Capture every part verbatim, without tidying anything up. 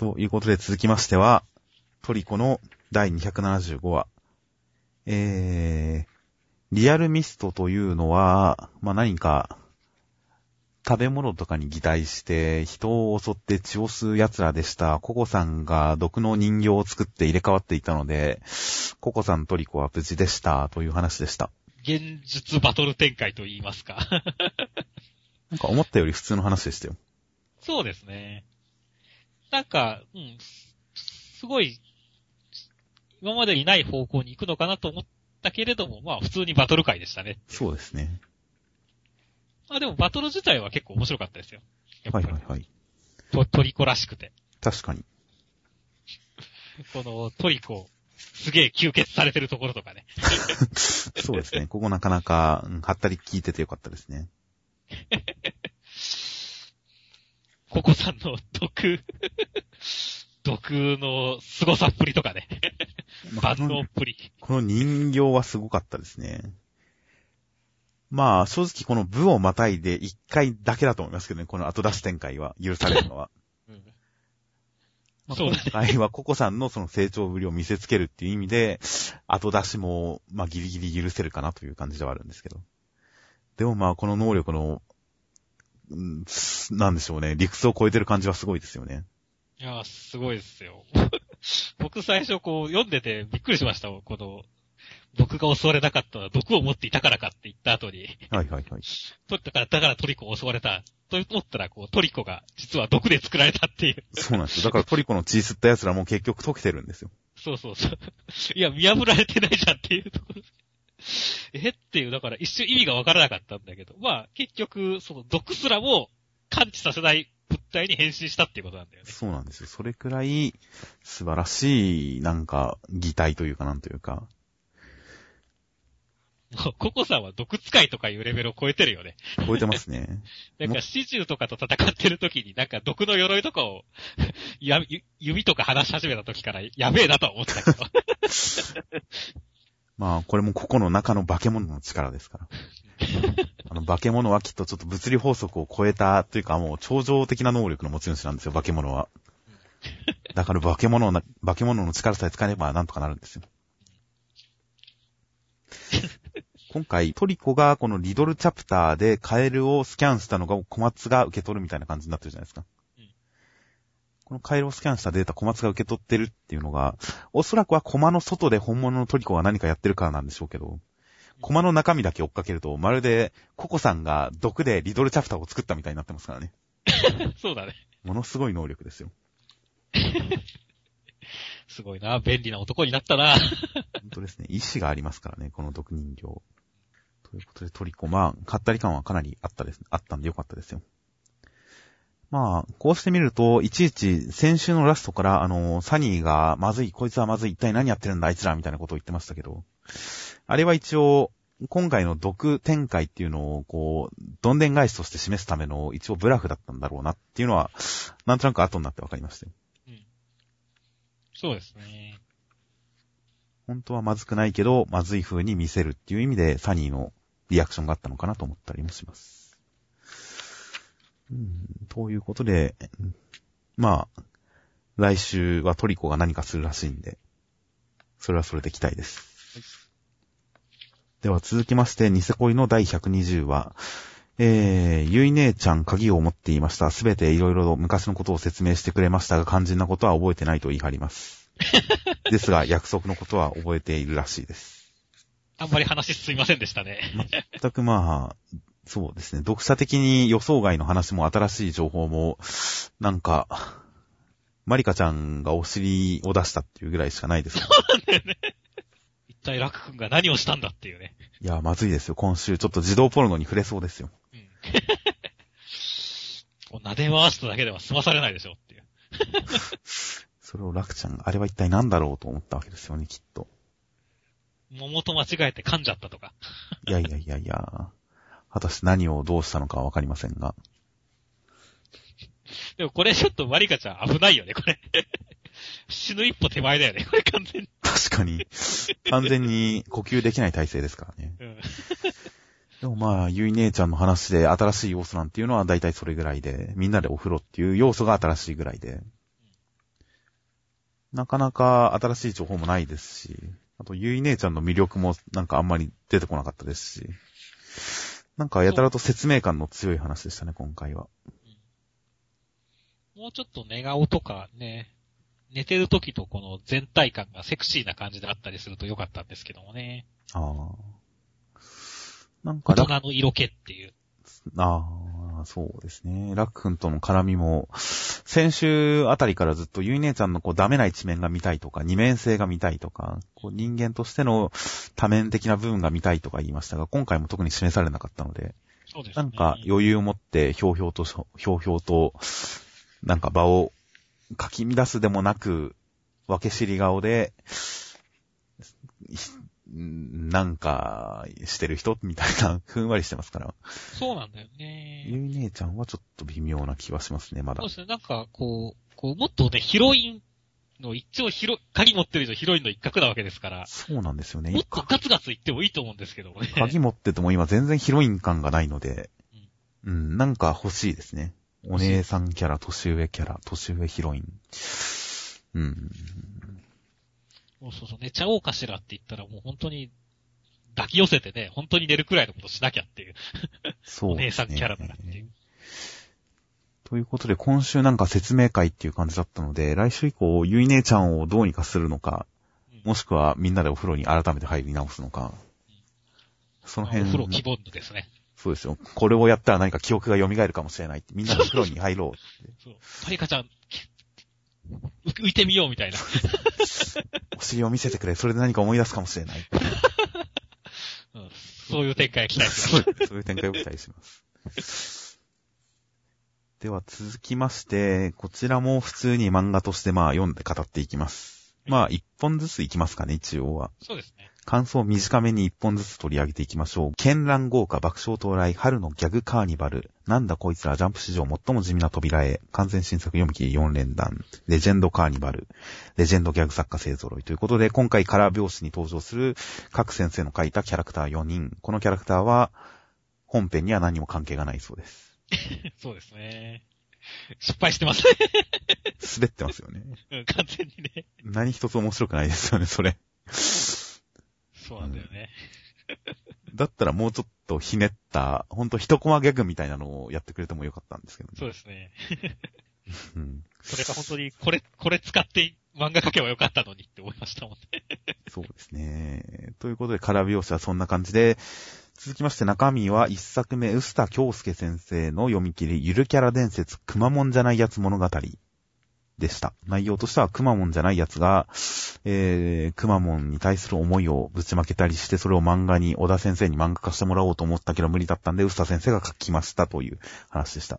ということで続きましては、トリコのだいにひゃくななじゅうごわ。えー、リアルミストというのは、まあ、何か、食べ物とかに擬態して人を襲って血を吸う奴らでした。ココさんが毒の人形を作って入れ替わっていたので、ココさんトリコは無事でしたという話でした。 現実バトル展開と言いますか。 なんか思ったより普通の話でしたよ。 そうですね。なんか、うん、すごい、今までにない方向に行くのかなと思ったけれども、まあ普通にバトル回でしたね。 そうですね。 まあでもバトル自体は結構面白かったですよ。やっぱりはいはいはい。 ト, トリコらしくて。 確かに。 このトリコ、すげえ吸血されてるところとかね。 そうですね。ここなかなか、うん、はったり聞いててよかったですね。 ココさんの毒、毒の凄さっぷりとかね。万能っぷり。 この人形はすごかったですね。まあ、正直この部をまたいで一回だけだと思いますけどね、この後出し展開は許されるのは。うん、まあ、そうだね。今回はココさんのその成長ぶりを見せつけるっていう意味で、後出しも、まあギリギリ許せるかなという感じではあるんですけど。でもまあこの能力の、うん、なんでしょうね、理屈を超えてる感じはすごいですよね。 いやー、すごいですよ。僕最初こう読んでてびっくりしましたもん、この、僕が襲われなかったのは毒を持っていたからかって言った後に。 はいはいはい。 だから、だからトリコを襲われた。と思ったら、こう、トリコが実は毒で作られたっていう。 そうなんですよ。だからトリコの血吸った奴らも結局溶けてるんですよ。 そうそうそう。いや、見破られてないじゃんっていうところ。えっていう、だから一瞬意味がわからなかったんだけど、まあ、結局、その毒すらも感知させない物体に変身したっていうことなんだよね。 そうなんですよ。それくらい素晴らしい、なんか、擬態というかなんというか。 ココさんは毒使いとかいうレベルを超えてるよね。 超えてますね。 なんか、始終とかと戦ってる時に、なんか毒の鎧とかをや、指とか離し始めた時からやべえなとは思ったけど。 まあ、これもここの中の化け物の力ですから。あの、化け物はきっとちょっと物理法則を超えた、というかもう超常的な能力の持ち主なんですよ、化け物は。だから化け物の、化け物の力さえ使えればなんとかなるんですよ。今回、トリコがこのリドルチャプターでカエルをスキャンしたのが小松が受け取るみたいな感じになってるじゃないですか。うん、このカエルをスキャンしたデータ小松が受け取ってるっていうのが、おそらくはコマの外で本物のトリコが何かやってるからなんでしょうけど、コマの中身だけ追っかけると、まるでココさんが毒でリドルチャプターを作ったみたいになってますからね。 そうだね。 ものすごい能力ですよ。 すごいな、便利な男になったな。 本当ですね。意志がありますからね、この毒人形。ということでトリコ、まあ、かったり感はかなりあったです、あったんでよかったですよ。まあ、こうしてみると、いちいち先週のラストから、あの、サニーがまずい、こいつはまずい、一体何やってるんだ、あいつら、みたいなことを言ってましたけど、あれは一応、今回の毒展開っていうのを、こう、どんでん返しとして示すための、一応ブラフだったんだろうなっていうのは、なんとなく後になってわかりましたよ。 うん。そうですね。 本当はまずくないけど、まずい風に見せるっていう意味で、サニーのリアクションがあったのかなと思ったりもします。うん、ということで、まあ、来週はトリコが何かするらしいんで、それはそれで期待です。はい、では続きまして、ニセ恋のだいひゃくにじゅうわ。えー、ゆい姉ちゃん鍵を持っていました。すべていろいろ昔のことを説明してくれましたが、肝心なことは覚えてないと言い張ります。ですが、約束のことは覚えているらしいです。 あんまり話すいませんでしたね。 全くまあ、そうですね。読者的に予想外の話も新しい情報も、なんか、マリカちゃんがお尻を出したっていうぐらいしかないです。 そうなんだよね。一体ラク君が何をしたんだっていうね。 いや、まずいですよ。今週ちょっと児童ポルノに触れそうですよ。うん。 撫で回しただけでは済まされないでしょっていう。 それをラクちゃんが、あれは一体何だろうと思ったわけですよね、きっと。 桃と間違えて噛んじゃったとか。 いやいやいやいや。果たして何をどうしたのかはわかりませんが。 でもこれちょっとマリカちゃん危ないよね、これ。死ぬ一歩手前だよね、これ完全に。 確かに。完全に呼吸できない体勢ですからね。うん、でもまあ、ゆい姉ちゃんの話で新しい要素なんていうのは大体それぐらいで、みんなでお風呂っていう要素が新しいぐらいで。 なかなか新しい情報もないですし、あと、ゆい姉ちゃんの魅力もなんかあんまり出てこなかったですし、なんかやたらと説明感の強い話でしたね、今回は。 もうちょっと寝顔とかね、寝てる時とこの全体感がセクシーな感じであったりするとよかったんですけどもね。 ああ。なんか大人の色気っていう。 ああ、そうですね。ラック君との絡みも、先週あたりからずっとゆい姉ちゃんのこうダメな一面が見たいとか、二面性が見たいとか、こう人間としての多面的な部分が見たいとか言いましたが、今回も特に示されなかったので、 そうですね。 なんか余裕を持ってひょうひょうと、ひょうひょうと、なんか場をかき乱すでもなく、分け知り顔で、なんか、してる人みたいな、ふんわりしてますから。 そうなんだよね。 ゆい姉ちゃんはちょっと微妙な気はしますね、まだ。 そうですね。なんか、こう、こう、もっとね、ヒロインの一応ヒロ、鍵持ってる以上ヒロインの一角なわけですから。 そうなんですよね。 もっとガツガツ言ってもいいと思うんですけどもね。 鍵持ってても今全然ヒロイン感がないので、うん、うん、なんか欲しいですね。お姉さんキャラ、年上キャラ、年上ヒロイン。うん。 そうそうそう、寝ちゃおうかしらって言ったらもう本当に抱き寄せてね、本当に寝るくらいのことしなきゃっていう。そうですね。お姉さんキャラだなっていう。 ということで、今週なんか説明会っていう感じだったので、来週以降、ゆい姉ちゃんをどうにかするのか、うん、もしくはみんなでお風呂に改めて入り直すのか、うん、その辺。お風呂希望ですね。 そうですよ。これをやったら何か記憶が蘇るかもしれないって。みんなでお風呂に入ろうって。 そう。パリカちゃん、浮いてみようみたいな。 お尻を見せてくれ。それで何か思い出すかもしれない。 うん、そういう展開期待します。そういう展開を期待します。では続きまして、こちらも普通に漫画としてまあ読んで語っていきます。まあ一本ずついきますかね、一応は。 そうですね。 感想を短めに一本ずつ取り上げていきましょう。絢爛豪華爆笑到来春のギャグカーニバル。なんだこいつらジャンプ史上最も地味な扉へ。完全新作読み切りよん連弾。レジェンドカーニバル。レジェンドギャグ作家勢揃いということで、今回カラー表紙に登場する各先生の書いたキャラクターよにん。このキャラクターは本編には何も関係がないそうです。 そうですね。失敗してますね。 滑ってますよね。 うん、完全にね。 何一つ面白くないですよね、それ。 そうなんだよね。 うん、だったらもうちょっとひねった、ほんと一コマギャグみたいなのをやってくれてもよかったんですけどね。 そうですね。 うん、 それか本当に、これ、これ使って漫画描けばよかったのにって思いましたもんね。 そうですね。ということで、カラー描写はそんな感じで、続きまして中身は一作目、臼田恭介先生の読み切り、ゆるキャラ伝説、くまモンじゃないやつ物語でした。内容としてはくまモンじゃないやつが、えー、くまモンに対する思いをぶちまけたりして、それを漫画に、小田先生に漫画化してもらおうと思ったけど無理だったんで、臼田先生が書きましたという話でした。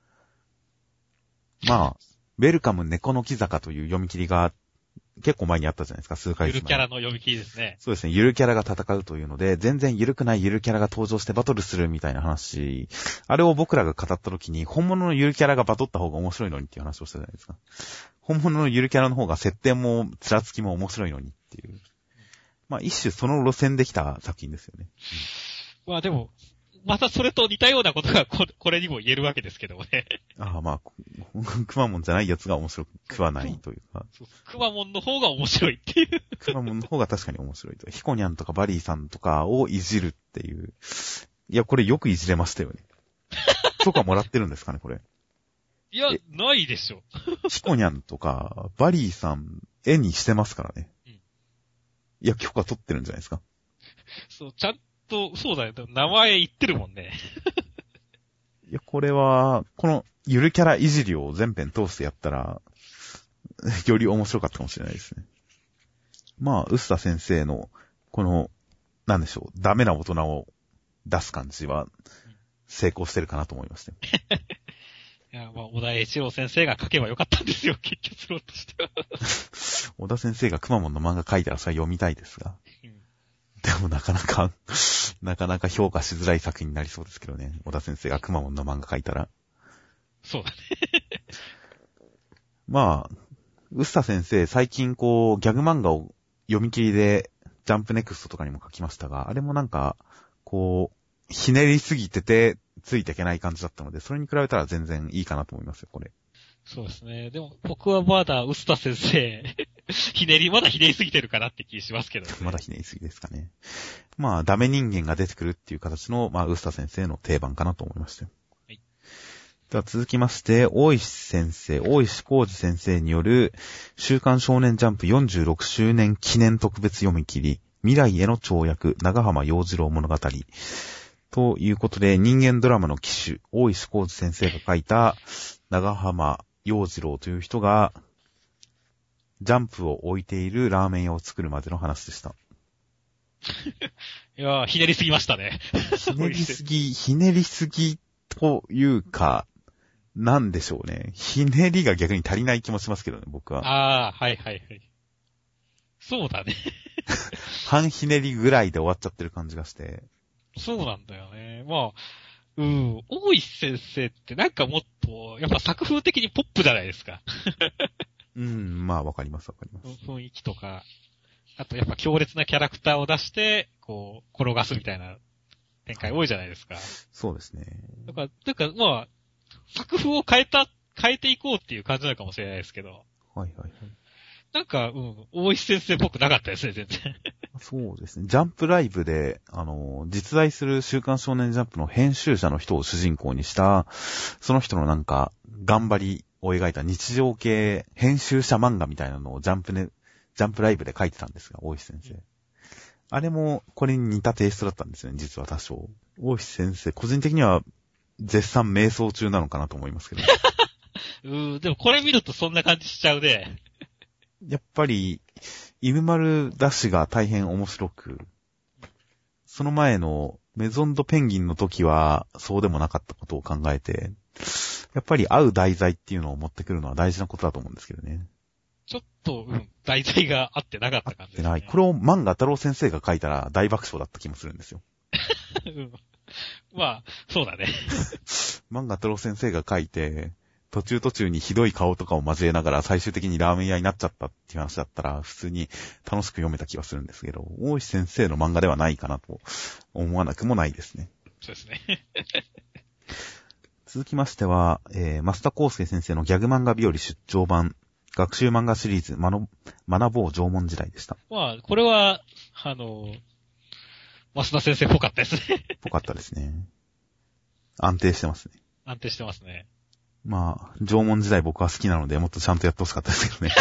まあ、ウェルカム猫の木坂という読み切りが結構前にあったじゃないですか、数回前。 ゆるキャラの読み切りですね。 そうですね、ゆるキャラが戦うというので、全然ゆるくないゆるキャラが登場してバトルするみたいな話、あれを僕らが語った時に、本物のゆるキャラがバトった方が面白いのにっていう話をしたじゃないですか。本物のゆるキャラの方が設定も、つらつきも面白いのにっていう。まあ一種その路線できた作品ですよね。 うん、まあでも、またそれと似たようなことがこ、これにも言えるわけですけどもね。 ああ、まあ、くまモンじゃないやつが面白くはないというか。 くまモンの方が面白いっていう。 くまモンの方が確かに面白いと。ヒコニャンとかバリーさんとかをいじるっていう。いや、これよくいじれましたよね。許可もらってるんですかね、これ。 いや、ないでしょ。 ヒコニャンとかバリーさん、絵にしてますからね。うん、いや、許可取ってるんじゃないですか。 そう、ちゃんと、そうだよ。名前言ってるもんね。 いや、これは、このゆるキャラいじりを全編通してやったら、より面白かったかもしれないですね。まあ、臼田先生の、この、なんでしょう、ダメな大人を出す感じは、成功してるかなと思いました。 いや、まあ、小田栄一郎先生が書けばよかったんですよ、結局論としては。 小田先生がくまモンの漫画書いたらそれは読みたいですが。うん、でもなかなか、なかなか評価しづらい作品になりそうですけどね。小田先生がくまモンの漫画書いたら。 そうだね。 まあ、臼田先生、最近こう、ギャグ漫画を読み切りで、ジャンプネクストとかにも書きましたが、あれもなんか、こう、ひねりすぎてて、ついていけない感じだったので、それに比べたら全然いいかなと思いますよ、これ。 そうですね。でも、僕はまだ、臼田先生、 ひねり、まだひねりすぎてるかなって気しますけど、ね。 まだひねりすぎですかね。まあ、ダメ人間が出てくるっていう形の、まあ、ウスタ先生の定番かなと思いましたよ。はい。では続きまして、大石先生、大石浩二先生による、週刊少年ジャンプよんじゅうろくしゅうねん記念特別読み切り、未来への跳躍、長浜洋次郎物語。ということで、人間ドラマの騎手、大石浩二先生が書いた、長浜洋次郎という人が、ジャンプを置いているラーメン屋を作るまでの話でした。 いやー、ひねりすぎましたね。 ひねりすぎ、ひねりすぎというか、なんでしょうね。ひねりが逆に足りない気もしますけどね、僕は。 ああ、はいはいはい。そうだね。 半ひねりぐらいで終わっちゃってる感じがして。 そうなんだよね。まあ、うん、大石先生ってなんかもっと、やっぱ作風的にポップじゃないですか。 うん、まあわかりますわかります。 雰囲気とか、あとやっぱ強烈なキャラクターを出して、こう、転がすみたいな展開多いじゃないですか。 そうですね。 だから、だからまあ、作風を変えた、変えていこうっていう感じなのかもしれないですけど。はいはいはい。 なんか、うん、大石先生っぽくなかったですね、全然。 そうですね。ジャンプライブで、あの、実在する週刊少年ジャンプの編集者の人を主人公にした、その人のなんか、頑張りを描いた日常系編集者漫画みたいなのをジャンプね、ジャンプライブで書いてたんですが、大石先生。あれも、これに似たテイストだったんですよね、実は多少。大石先生、個人的には、絶賛迷走中なのかなと思いますけど。 うーん、でもこれ見るとそんな感じしちゃうね。 やっぱり、犬丸ダッシュが大変面白く、その前のメゾンドペンギンの時はそうでもなかったことを考えて、やっぱり合う題材っていうのを持ってくるのは大事なことだと思うんですけどね。 ちょっと、うん、題材が合ってなかった感じですね。 合ってない。これを漫画太郎先生が書いたら大爆笑だった気もするんですよ。 うん、まあ、そうだね。 漫画太郎先生が書いて、途中途中にひどい顔とかを交えながら最終的にラーメン屋になっちゃったっていう話だったら普通に楽しく読めた気がするんですけど、大石先生の漫画ではないかなと思わなくもないですね。 そうですね。 続きましては、えー、増田康介先生のギャグ漫画日和出張版学習漫画シリーズ学ぼう縄文時代でした。 まあ、これは、あの、増田先生っぽかったですね。 ぽかったですね。安定してますね。 安定してますね。 まあ、縄文時代僕は好きなので、もっとちゃんとやってほしかったですけどね。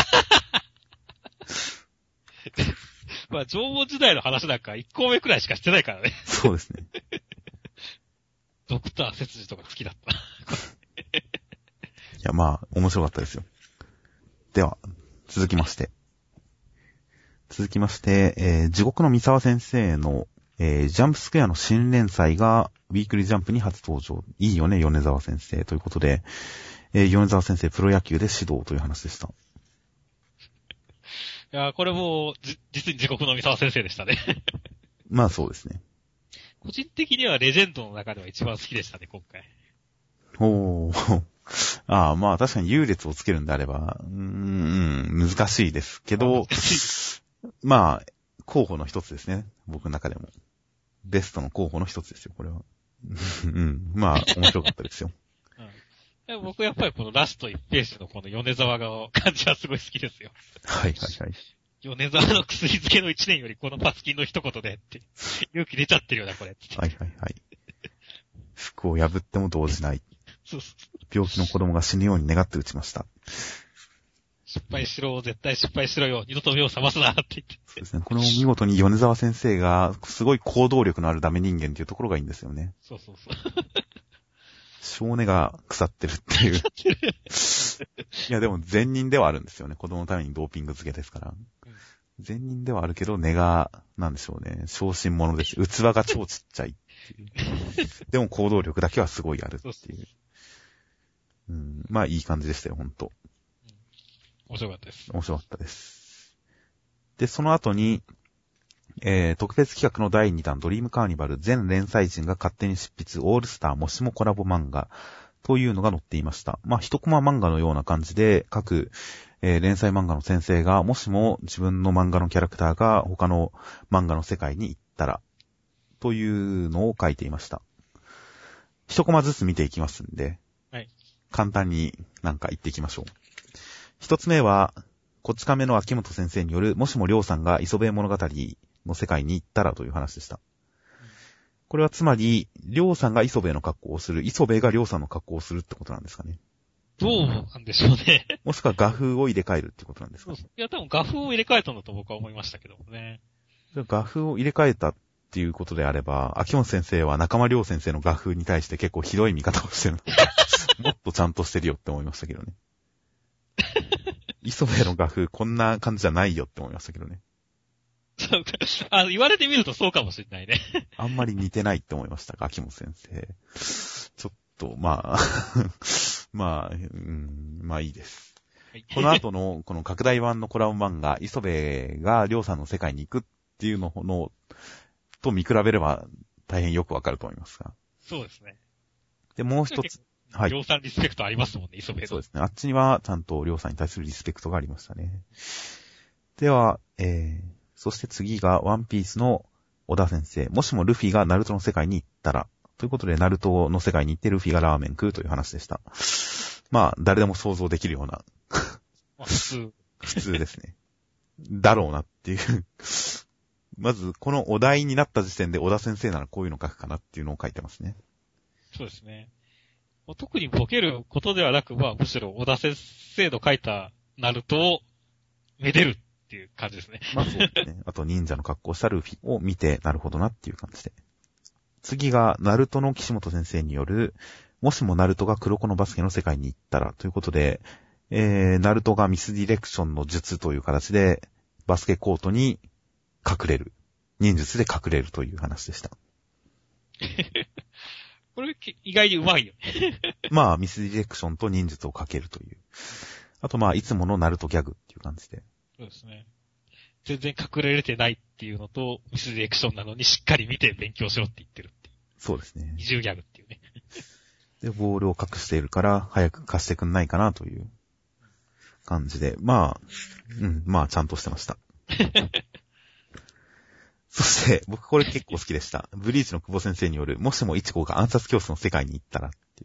まあ、縄文時代の話なんかいっこうめくらいしかしてないからね。 そうですね。 ドクター切字とか好きだった。 いや、まあ、面白かったですよ。では、続きまして。続きまして、えー、地獄の三沢先生の、えー、ジャンプスクエアの新連載が、ウィークリージャンプに初登場。いいよね、米沢先生。ということで、えー、米沢先生、プロ野球で指導という話でした。 いや、これも、じ、実に地獄の三沢先生でしたね。 まあ、そうですね。 個人的にはレジェンドの中では一番好きでしたね、今回。 おー。ああ、まあ確かに優劣をつけるんであれば、うーん、難しいですけど、まあ、候補の一つですね。僕の中でも。ベストの候補の一つですよ、これは。うん。まあ、面白かったですよ。 うん、僕やっぱりこのラストいちページのこの米沢の感じはすごい好きですよ。 はいはいはい。 米沢の薬漬けの一年よりこのパスキンの一言でって、勇気出ちゃってるよな、これ。 はいはいはい。服を破っても動じない。 そうそう。 病気の子供が死ぬように願って打ちました。 失敗しろ、絶対失敗しろよ、二度と目を覚ますなって言って。 そうですね。この見事に米沢先生が、すごい行動力のあるダメ人間っていうところがいいんですよね。 そうそうそう。 性根が腐ってるっていう。いやでも善人ではあるんですよね。子供のためにドーピング漬けですから。うん、善人ではあるけど、根が、なんでしょうね。小心者です。器が超ちっちゃいっていう。でも行動力だけはすごいあるっていう。そうそううん、まあいい感じでしたよ、ほんと。 面白かったです。 面白かったです。で、その後に、えー、特別企画のだいにだんドリームカーニバル全連載陣が勝手に執筆オールスターもしもコラボ漫画というのが載っていました。まあ、一コマ漫画のような感じで各、えー、連載漫画の先生がもしも自分の漫画のキャラクターが他の漫画の世界に行ったらというのを書いていました。一コマずつ見ていきますんで、 はい、 簡単になんか言っていきましょう。一つ目は、 こち亀の秋元先生による、もしもりょうさんが磯部物語の世界に行ったらという話でした。これはつまり、りょうさんが磯部の格好をする、磯部がりょうさんの格好をするってことなんですかね。 どうなんでしょうね。 もしくは画風を入れ替えるってことなんですか、ね、 そうそう。いや、多分画風を入れ替えたんだと僕は思いましたけどもね。 画風を入れ替えたっていうことであれば、秋元先生は中間良先生の画風に対して結構ひどい見方をしてるの。もっとちゃんとしてるよって思いましたけどね。磯部の画風こんな感じじゃないよって思いましたけどね。 そうか。あの、言われてみるとそうかもしれないね。 あんまり似てないって思いましたが、秋元先生。ちょっと、まあ、まあ、うん、まあいいです。はい、この後の、この拡大版のコラム漫画、磯部がりょうさんの世界に行くっていうのの、と見比べれば大変よくわかると思いますが。 そうですね。 で、もう一つ。はい。 りょうさんリスペクトありますもんね、磯部の。 そうですね。あっちにはちゃんとりょうさんに対するリスペクトがありましたね。では、えー、そして次がワンピースの小田先生。もしもルフィがナルトの世界に行ったら。ということで、ナルトの世界に行ってルフィがラーメン食うという話でした。まあ、誰でも想像できるような。 まあ、普通。 普通ですね。だろうなっていう。まず、このお題になった時点で小田先生ならこういうの書くかなっていうのを書いてますね。 そうですね。特にボケることではなく、まあ、むしろ小田先生の書いたナルトをめでるっていう感じですね。 まあそうですね。あと忍者の格好をしたルフィを見て、なるほどなっていう感じで。次が、ナルトの岸本先生による、もしもナルトが黒子のバスケの世界に行ったらということで、えー、ナルトがミスディレクションの術という形で、バスケコートに隠れる。忍術で隠れるという話でした。 これ意外にうまいよ。 まあ、ミスディレクションと忍術をかけるという。あとまあ、いつものナルトギャグっていう感じで。 そうですね。全然隠れれてないっていうのと、ミスディレクションなのにしっかり見て勉強しろって言ってるっていう。 そうですね。 二重ギャグっていうね。 で、ボールを隠しているから、早く貸してくんないかなという感じで。まあ、うん、まあ、ちゃんとしてました。そして、僕これ結構好きでした。ブリーチの久保先生による、もしもイチコが暗殺教室の世界に行ったらっていう。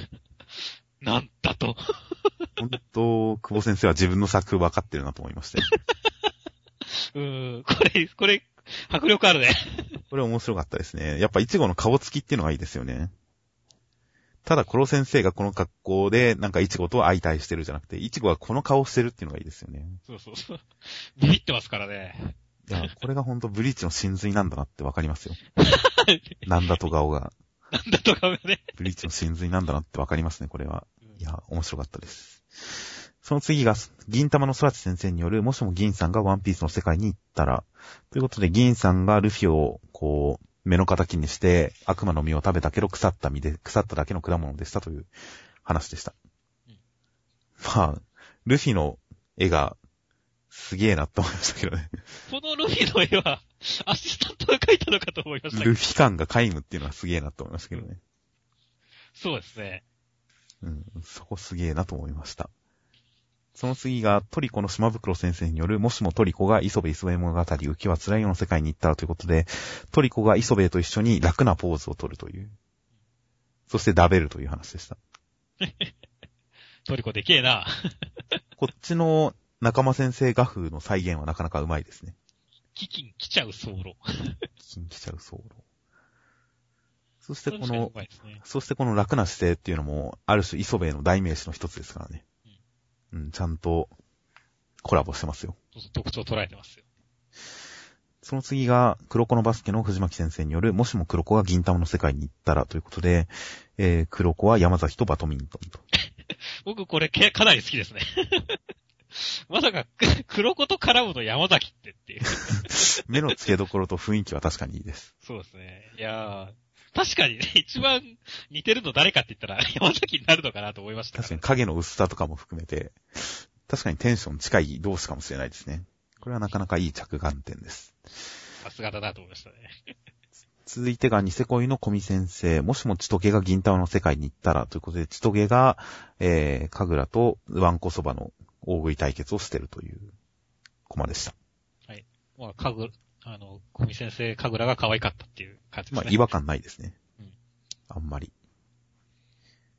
なんだと。 本当、久保先生は自分の作風分かってるなと思いましたよ。 うーん、これ、これ、迫力あるね。 これ面白かったですね。やっぱイチゴの顔つきっていうのがいいですよね。ただ、コロ先生がこの格好で、なんかイチゴと相対してるじゃなくて、イチゴがこの顔してるっていうのがいいですよね。 そうそうそう。ビビってますからね。 いや、これがほんとブリーチの真髄なんだなってわかりますよ。なんだと顔が。 なんだと顔がね。 ブリーチの真髄なんだなってわかりますね、これは。いや、面白かったです。その次が、銀玉の空知先生による、もしも銀さんがワンピースの世界に行ったら、ということで、銀さんがルフィを、こう、目の敵にして、悪魔の実を食べたけど腐った実で、腐っただけの果物でしたという話でした。うん、まあ、ルフィの絵が、すげえなって思いましたけどね。 このルフィの絵は、アシスタントが描いたのかと思いましたけど。 ルフィ感が皆無っていうのはすげえなって思いましたけどね。 そうですね。 うん、そこすげえなと思いました。その次がトリコの島袋先生による、もしもトリコが磯部磯部物語浮きは辛いよの世界に行ったらということで、トリコが磯部と一緒に楽なポーズを取るという。そしてダベるという話でした。 トリコでけえな。 こっちの仲間先生画風の再現はなかなかうまいですね。 キキン来ちゃうソウロ。 キキン来ちゃうソウロ。そしてこの、 ね、 そしてこの楽な姿勢っていうのも、ある種磯部の代名詞の一つですからね。うん、ちゃんとコラボしてますよ。 そうそう、特徴を捉えてますよ。 その次が、黒子のバスケの藤巻先生による、もしも黒子が銀玉の世界に行ったらということで、えー、黒子は山崎とバドミントンと。 僕これかなり好きですね。まさか、黒子と絡むの山崎ってっていう。 目の付けどころと雰囲気は確かにいいです。 そうですね。いやー、確かにね、一番似てるの誰かって言ったら山崎になるのかなと思いました、ね。 確かに影の薄さとかも含めて、確かにテンション近い同士かもしれないですね。これはなかなかいい着眼点です。 さすがだなと思いましたね。 続いてがニセ恋の小見先生。もしも千棘が銀玉の世界に行ったらということで、千棘が、えー、神楽とワンコそばの大食い対決をしてるというコマでした。 はい。まあ、神楽、あの、小見先生、神楽が可愛かったっていう感じですね。 まあ、違和感ないですね。 うん。 あんまり。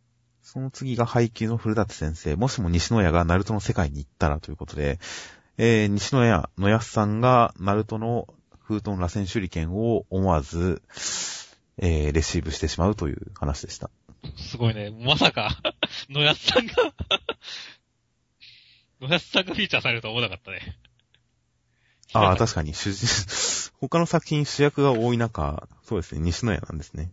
その次が配給の古舘先生。もしも西野屋がナルトの世界に行ったらということで、えー、西野屋のやすさんがナルトの風遁螺旋手裏剣を思わず、えー、レシーブしてしまうという話でした。 すごいね。まさか、のやすさんが、のやすさんがフィーチャーされるとは思わなかったね。 ああ、確かに主人、他の作品主役が多い中、そうですね、西野屋なんですね。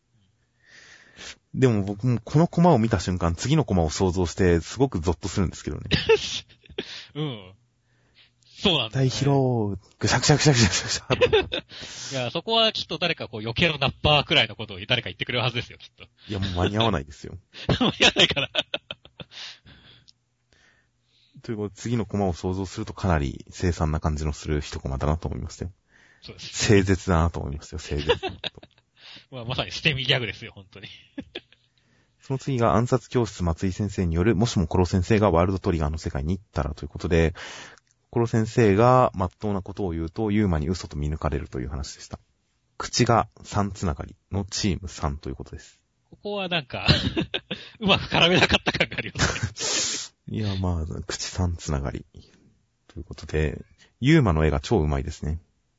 でも僕もこのコマを見た瞬間、次のコマを想像して、すごくゾッとするんですけどね。 うん。そうなんだ、 ね。大疲労、ぐしゃぐしゃぐしゃぐしゃぐしゃ。 いや、そこはきっと誰かこう余計のナッパーくらいのことを誰か言ってくれるはずですよ、きっと。 いや、もう間に合わないですよ。 間に合わないから。 ということで、次のコマを想像するとかなり凄惨な感じのする一コマだなと思いましたよ。 そうです。 清絶だなと思いますよ、清絶だなと。 まあ、まさに捨て身ギャグですよ、本当に。 その次が暗殺教室松井先生による、もしもコロ先生がワールドトリガーの世界に行ったらということで、コロ先生が真っ当なことを言うと、ユーマに嘘と見抜かれるという話でした。口がさんつながりのチームさんということです。 ここはなんか、うまく絡めなかった感がありますね。 いや、まあ、口さんつながり。ということで、ユーマの絵が超うまいですね。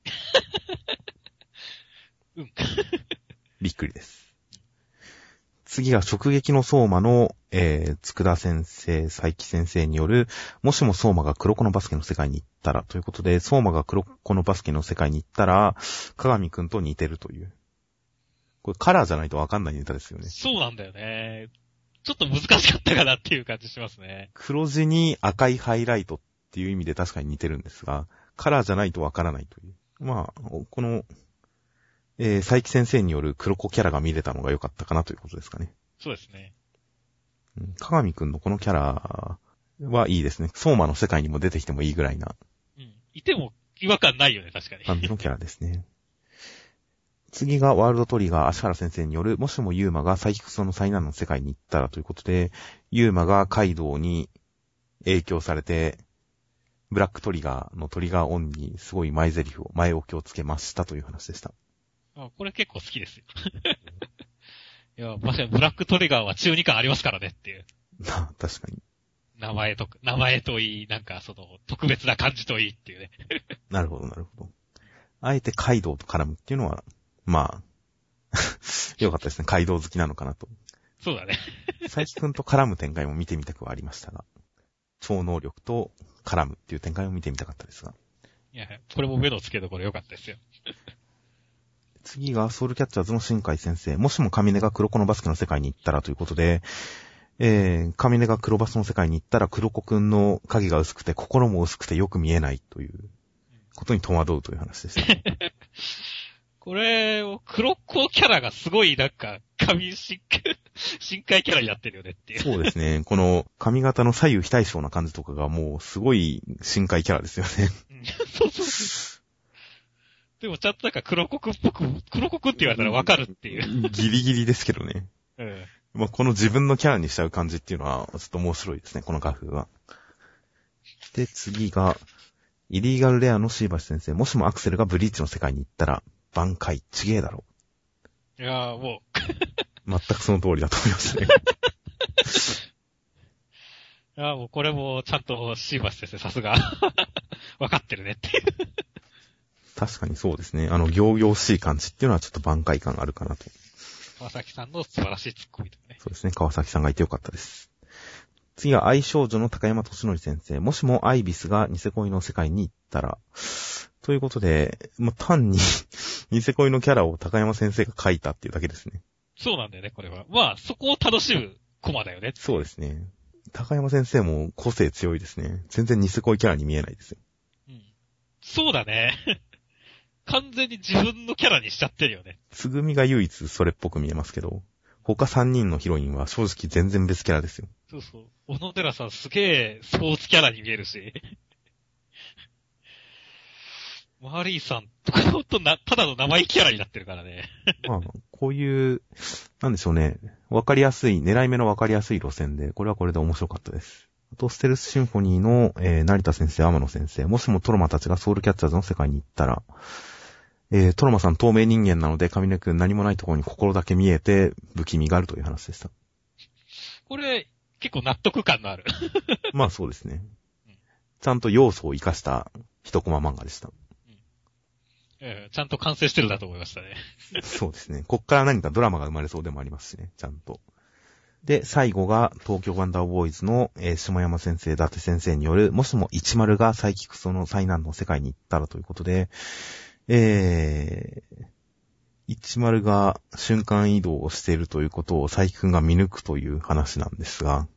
うん。 びっくりです。次が直撃の相馬の、えー、佃先生、佐伯先生による、もしも相馬が黒子のバスケの世界に行ったら、ということで、相馬が黒子のバスケの世界に行ったら、鏡くんと似てるという。これカラーじゃないとわかんないネタですよね。 そうなんだよね。ちょっと難しかったかなっていう感じしますね。 黒地に赤いハイライトっていう意味で確かに似てるんですが、カラーじゃないとわからないという。まあ、この、えー、佐伯先生による黒子キャラが見れたのが良かったかなということですかね。 そうですね。 うん、鏡くんのこのキャラはいいですね。相馬の世界にも出てきてもいいぐらいな。 うん。いても違和感ないよね、確かに。 感じのキャラですね。次がワールドトリガー足原先生による、もしもユーマがサイキクソの災難の世界に行ったらということで、ユーマがカイドウに影響されて、ブラックトリガーのトリガーオンにすごい前台詞を、前置きをつけましたという話でした。 あ、これ結構好きですよ。いや、まさにブラックトリガーは中二感ありますからねっていう。 確かに。 名前と、名前といい、なんかその、特別な感じといいっていうね。 なるほど、なるほど。あえてカイドウと絡むっていうのは、まあ、よかったですね。カイドウ好きなのかなと。 そうだね。 佐伯くんと絡む展開も見てみたくはありましたが、超能力と絡むっていう展開を見てみたかったですが。 いや、これも目の付けどころ良かったですよ。 次がソウルキャッチャーズの新海先生。もしもカミネが黒子のバスケの世界に行ったらということで、えー、カミネが黒バスの世界に行ったら黒子くんの影が薄くて心も薄くてよく見えないということに戸惑うという話でした。 これ、黒子キャラがすごいなんか、髪深海、深海キャラになってるよねっていう。 そうですね。この髪型の左右非対称な感じとかがもうすごい深海キャラですよね。 そうそうそう。でもちゃんとなんか黒子くんっぽく、黒子くんって言われたらわかるっていう。 ギリギリですけどね。 うん。 まあ、この自分のキャラにしちゃう感じっていうのはちょっと面白いですね、この画風は。で、次が、イリーガルレアのシーバシ先生。もしもアクセルがブリーチの世界に行ったら、挽回ちげえだろう。いやーもう。 全くその通りだと思いますね。 いやーもうこれもちゃんとシーバシ先生さすが、わかってるねっていう。 確かにそうですね。あの、行々しい感じっていうのはちょっと挽回感あるかなと。 川崎さんの素晴らしいツッコミとね。 そうですね。川崎さんがいてよかったです。次は愛少女の高山俊則先生。もしもアイビスがニセ恋の世界に行ったら。ということで、まあ、単にニセ恋のキャラを高山先生が描いたっていうだけですね。 そうなんだよね、これは。まあ、そこを楽しむコマだよね。 そうですね。高山先生も個性強いですね。全然ニセ恋キャラに見えないですよ。 うん。そうだね。完全に自分のキャラにしちゃってるよね。 つぐみが唯一それっぽく見えますけど、他さんにんのヒロインは正直全然別キャラですよ。 そうそう。小野寺さんすげえスポーツキャラに見えるし。マリーさんとかほんとな、ただの生意気キャラになってるからね。 まあ、こういう、なんでしょうね。わかりやすい、狙い目のわかりやすい路線で、これはこれで面白かったです。あと、ステルスシンフォニーの、えー、成田先生、天野先生。もしもトロマたちがソウルキャッチャーズの世界に行ったら、えー、トロマさん透明人間なので、上根くん何もないところに心だけ見えて、不気味があるという話でした。 これ、結構納得感のある。 まあそうですね。 うん、 ちゃんと要素を活かした一コマ漫画でした。 うんえー。ちゃんと完成してるだと思いましたね。 そうですね。こっから何かドラマが生まれそうでもありますしね、ちゃんと。で、最後が東京ワンダーボーイズの、えー、下山先生、伊達先生による、もしもいちまるがサイキクソの災難の世界に行ったらということで、えー、いちまるが瞬間移動をしているということを佐伯くんが見抜くという話なんですが、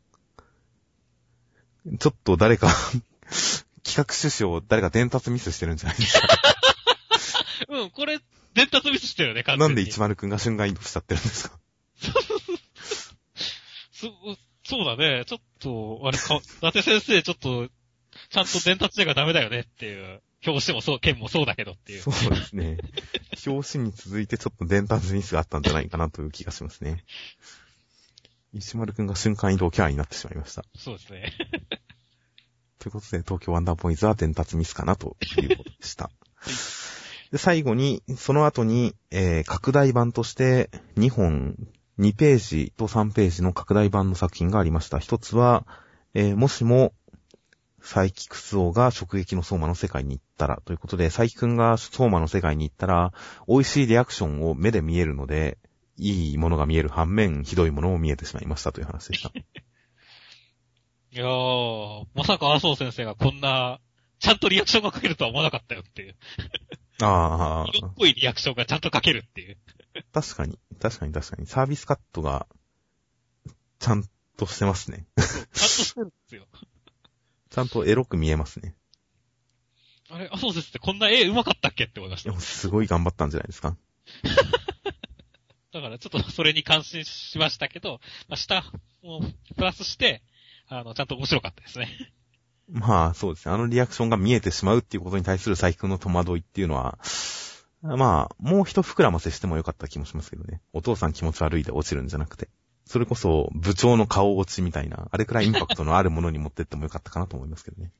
ちょっと誰か企画趣旨を誰か伝達ミスしてるんじゃないですか。 うん、これ、伝達ミスしてるよね、完全に。 なんでいちまるくんが瞬間移動しちゃってるんですか。 そ、そうだね。ちょっと、あれか、伊達先生、ちょっと、ちゃんと伝達しなきゃダメだよねっていう。表紙もそう、剣もそうだけどっていう。 そうですね。表紙に続いてちょっと伝達ミスがあったんじゃないかなという気がしますね。石丸くんが瞬間移動キャラになってしまいました。 そうですね。 ということで、東京ワンダーボーイズは伝達ミスかなということでした。で、最後に、その後に、えー、拡大版としてにほん、にページとさんページの拡大版の作品がありました。一つは、えー、もしも、佐伯クスオが直撃の相馬の世界に行ったらということで、佐伯くんが相馬の世界に行ったら、美味しいリアクションを目で見えるので、いいものが見える反面、ひどいものも見えてしまいましたという話でした。 いやー、まさか麻生先生がこんな、ちゃんとリアクションが書けるとは思わなかったよっていう。 ああ。 色っぽいリアクションがちゃんと書けるっていう。 確かに、確かに確かに。サービスカットが、ちゃんとしてますね。 ちゃんとしてるんですよ。 ちゃんとエロく見えますね。 あれ、麻生先生ってこんな絵上手かったっけって思いました。 でもすごい頑張ったんじゃないですか。 だからちょっとそれに感心しましたけど、まあ、下をプラスして、あの、ちゃんと面白かったですね。 まあ、そうですね。あのリアクションが見えてしまうっていうことに対する佐伯くんの戸惑いっていうのは、まあ、もう一膨らませしてもよかった気もしますけどね。お父さん気持ち悪いで落ちるんじゃなくて。それこそ部長の顔落ちみたいな、あれくらいインパクトのあるものに持ってってもよかったかなと思いますけどね。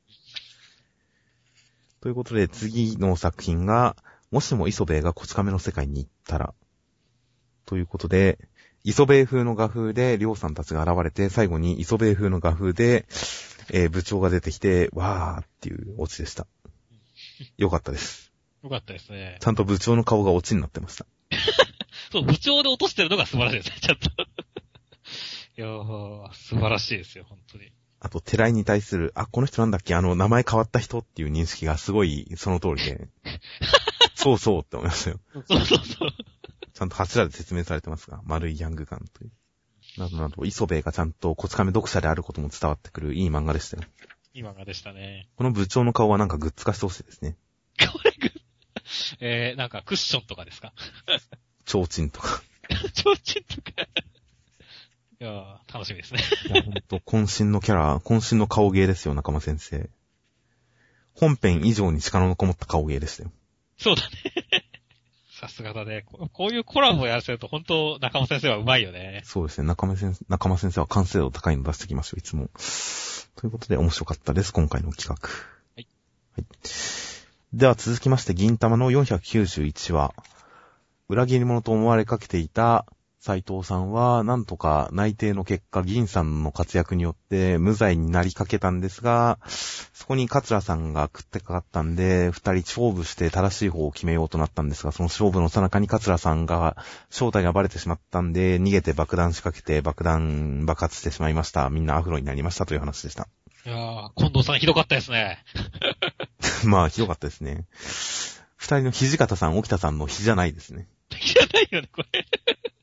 ということで、次の作品が、もしも磯部がこち亀の世界に行ったら、ということで、磯部風の画風で、りょうさんたちが現れて、最後に磯部風の画風で、えー、部長が出てきて、わーっていうオチでした。よかったです。 よかったですね。 ちゃんと部長の顔がオチになってました。 そう、部長で落としてるのが素晴らしいですね、ちゃんと。いやー、素晴らしいですよ、本当に。 あと、寺井に対する、あ、この人なんだっけ、あの、名前変わった人っていう認識がすごい、その通りで。そうそうって思いましたよ。 そうそうそう。 ちゃんと柱で説明されてますが、丸いヤングガンという。などなど、磯部がちゃんとこち亀読者であることも伝わってくるいい漫画でしたよ。 いい漫画でしたね。 この部長の顔はなんかグッズ化してほしいですね。 これグッえー、なんかクッションとかですか？ 提灯とか。 提灯とか。いやー、楽しみですね。 いや、ほんと、渾身のキャラ、渾身の顔芸ですよ、中間先生。本編以上に力のこもった顔芸でしたよ。 そうだね。さすがだね。こういうコラボやらせると本当中間先生はうまいよね。 そうですね。中間先生、中間先生は完成度高いの出してきますよ、いつも。ということで面白かったです、今回の企画。 はい。 はい。では続きまして、銀玉のよんひゃくきゅうじゅういちわ。裏切り者と思われかけていた斉藤さんは、なんとか内定の結果、銀さんの活躍によって無罪になりかけたんですが、そこに桂さんが食ってかかったんで、二人勝負して正しい方を決めようとなったんですが、その勝負の最中に桂さんが正体がバレてしまったんで、逃げて爆弾仕掛けて爆弾爆発してしまいました。みんなアフロになりましたという話でした。 いやー、近藤さんひどかったですね。 まあ、ひどかったですね。二人の土方さん、沖田さんの日じゃないですね。 日じゃないよね、これ。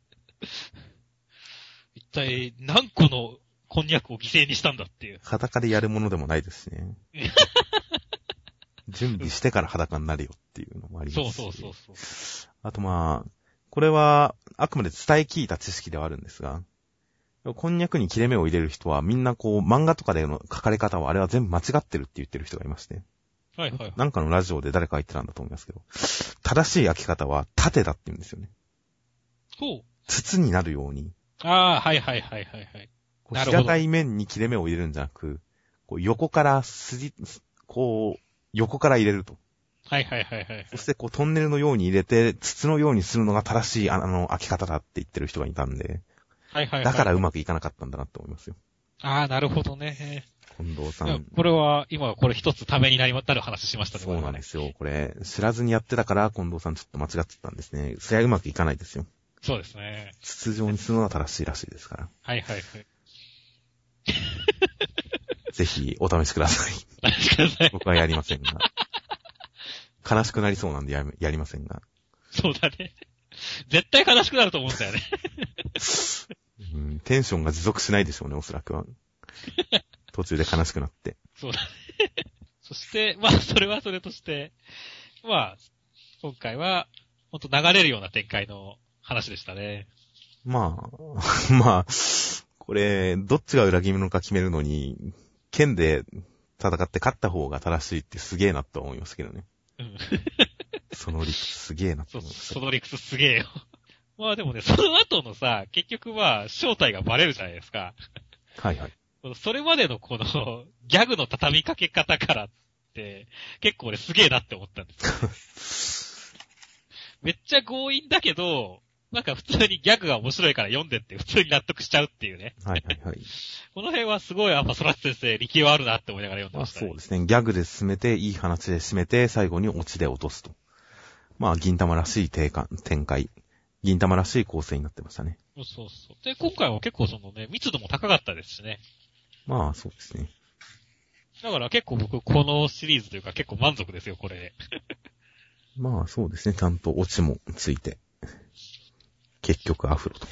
一体何個のこんにゃくを犠牲にしたんだっていう。 裸でやるものでもないですしね。準備してから裸になるよっていうのもありますし。 そうそうそうそう。 あとまあ、これはあくまで伝え聞いた知識ではあるんですが、こんにゃくに切れ目を入れる人はみんなこう漫画とかでの書かれ方はあれは全部間違ってるって言ってる人がいまして。 はいはいはい。 なんかのラジオで誰か言ってたんだと思いますけど、正しい焼き方は縦だって言うんですよね。 そう。 筒になるように。 ああ、はいはいはいはいはい。 こう平たい面に切れ目を入れるんじゃなく、こう横からすじ、こう、横から入れると。 はいはいはいはい、はい。 そしてこうトンネルのように入れて、筒のようにするのが正しいあの開き方だって言ってる人がいたんで、 はいはいはい。 だからうまくいかなかったんだなって思いますよ。 ああ、なるほどね。 近藤さいやん。 これは、今これ一つためになりまったる話しましたね。 そうなんですよ。これ、知らずにやってたから近藤さんちょっと間違ってたんですね。それはうまくいかないですよ。 そうですね。 筒状にするのが正しいらしいですから。 はいはいはい。 ぜひお試しください。 お試しください。 僕はやりませんが。悲しくなりそうなんでややりませんが。 そうだね。絶対悲しくなると思うんだよね。 うん、テンションが持続しないでしょうね、おそらくは。途中で悲しくなって。 そうだね。そして、まあ、それはそれとして、まあ、今回は、ほんと流れるような展開の話でしたね。 まあ、まあ、これ、どっちが裏切り者か決めるのに、剣で戦って勝った方が正しいってすげえなと思いますけどね。 うん。 その理屈すげえなとそう思いました。 その理屈すげえよ。まあでもね、その後のさ、結局まあ、正体がバレるじゃないですか。 はいはい。 それまでのこの、ギャグの畳みかけ方からって、結構俺すげえなって思ったんですよ。めっちゃ強引だけど、なんか普通にギャグが面白いから読んでって普通に納得しちゃうっていうね。 はいはいはい。 この辺はすごいやっぱ空知先生力はあるなって思いながら読んでまあました、ね。 そうですね。ギャグで進めて、いい話で締めて、最後にオチで落とすと。まあ、銀玉らしい展開、展開。銀玉らしい構成になってましたね。 そうそうそう。で、今回は結構そのね、密度も高かったですしね。 まあ、そうですね。 だから結構僕このシリーズというか結構満足ですよ、これ。 まあ、そうですね。ちゃんとオチもついて。結局アフロと。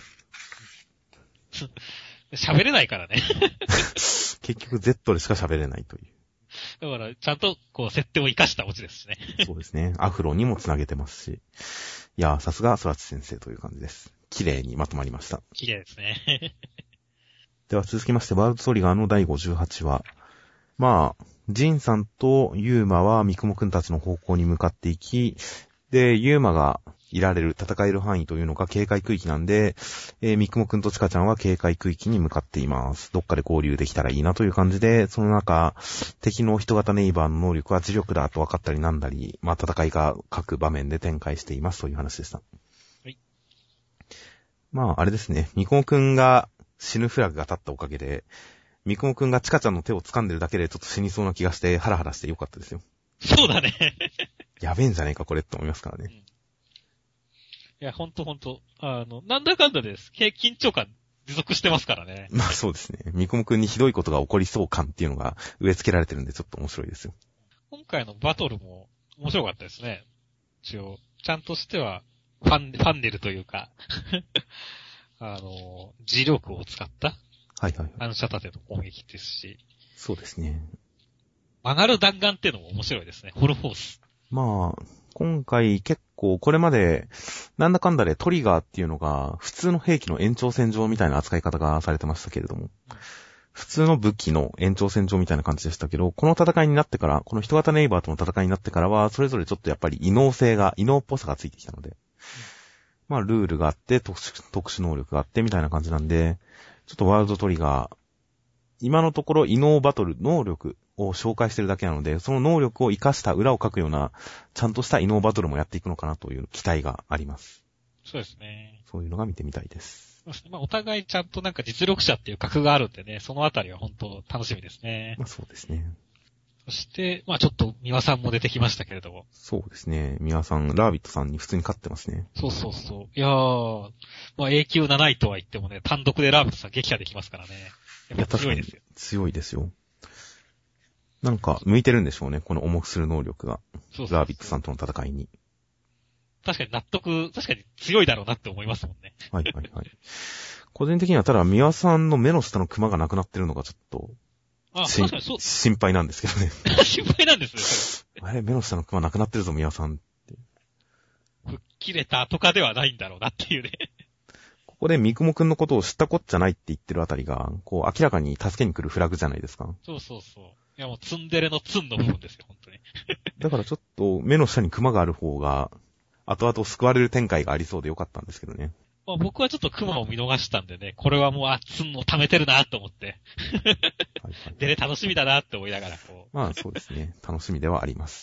喋れないからね。 結局 Z でしか喋れないという。 だから、ちゃんと、こう、設定を活かしたオチですしね。 そうですね。アフロにもつなげてますし。いやー、さすが空知先生という感じです。綺麗にまとまりました。 綺麗ですね。 では続きまして、ワールドトリガーのだいごじゅうはちわ。まあ、ジンさんとユーマはミクモくんたちの方向に向かっていき、で、ユーマがいられる、戦える範囲というのが警戒区域なんで、えー、ミクモくんとチカちゃんは警戒区域に向かっています。どっかで合流できたらいいなという感じで、その中、敵の人型ネイバーの能力は磁力だと分かったりなんだり、まあ戦いが各場面で展開していますという話でした。 はい。 まあ、あれですね、ミクモくんが死ぬフラグが立ったおかげで、ミクモくんがチカちゃんの手を掴んでるだけでちょっと死にそうな気がしてハラハラしてよかったですよ。 そうだね。 やべえんじゃねえかこれって思いますからね。 うん、いや、ほんとほんと。あの、なんだかんだです。緊張感持続してますからね。 まあそうですね。ミクモくんにひどいことが起こりそう感っていうのが植え付けられてるんでちょっと面白いですよ。 今回のバトルも面白かったですね。一応、ちゃんとしては、ファン、ファンネルというか、あの、磁力を使ったはいはいはい。 反射立ての攻撃ですし。 そうですね。 曲がる弾丸っていうのも面白いですね。ホルフォース。 まあ、今回結構これまでなんだかんだでトリガーっていうのが普通の兵器の延長線上みたいな扱い方がされてましたけれども、うん、普通の武器の延長線上みたいな感じでしたけど、この戦いになってから、この人型ネイバーとの戦いになってからは、それぞれちょっとやっぱり異能性が、異能っぽさがついてきたので、うん、まあルールがあって特殊、特殊能力があってみたいな感じなんで、ちょっとワールドトリガー、今のところ異能バトル、能力を紹介してるだけなので、その能力を活かした裏を書くような、ちゃんとした異能バトルもやっていくのかなという期待があります。 そうですね。 そういうのが見てみたいです。 そうですね。まあ、お互いちゃんとなんか実力者っていう格があるんでね、そのあたりは本当楽しみですね。 まあそうですね。 そして、まあちょっと、ミワさんも出てきましたけれども。 そうですね。ミワさん、ラービットさんに普通に勝ってますね。 そうそうそう。いやー、まあ エーキューなな 位とは言ってもね、単独でラービットさん撃破できますからね。やっぱ強いですよ。 強いですよ。なんか、向いてるんでしょうね。この重くする能力が。そうそうそう。ラービットさんとの戦いに。 確かに納得、確かに強いだろうなって思いますもんね。 はいはいはい。個人的にはただ、ミワさんの目の下のクマがなくなってるのがちょっと、 あ、確かにそう。 心配なんですけどね。 心配なんですよ。あれ、目の下のクマなくなってるぞ、ミワさんって。 吹っ切れたとかではないんだろうなっていうね。 ここでミクモくんのことを知ったこっちゃないって言ってるあたりが、こう、明らかに助けに来るフラグじゃないですか。 そうそうそう。いやもう、ツンデレのツンの部分ですよ、本当に。 だからちょっと、目の下にクマがある方が、後々救われる展開がありそうでよかったんですけどね。 まあ、僕はちょっとクマを見逃したんでね、これはもう、あ、ツンを溜めてるなと思って。はいはい、デレ楽しみだなって思いながら、こう。 まあそうですね。楽しみではあります。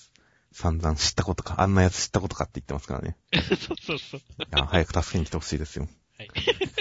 散々知ったことか、あんなやつ知ったことかって言ってますからね。 そうそうそう。 いや、早く助けに来てほしいですよ。 はい。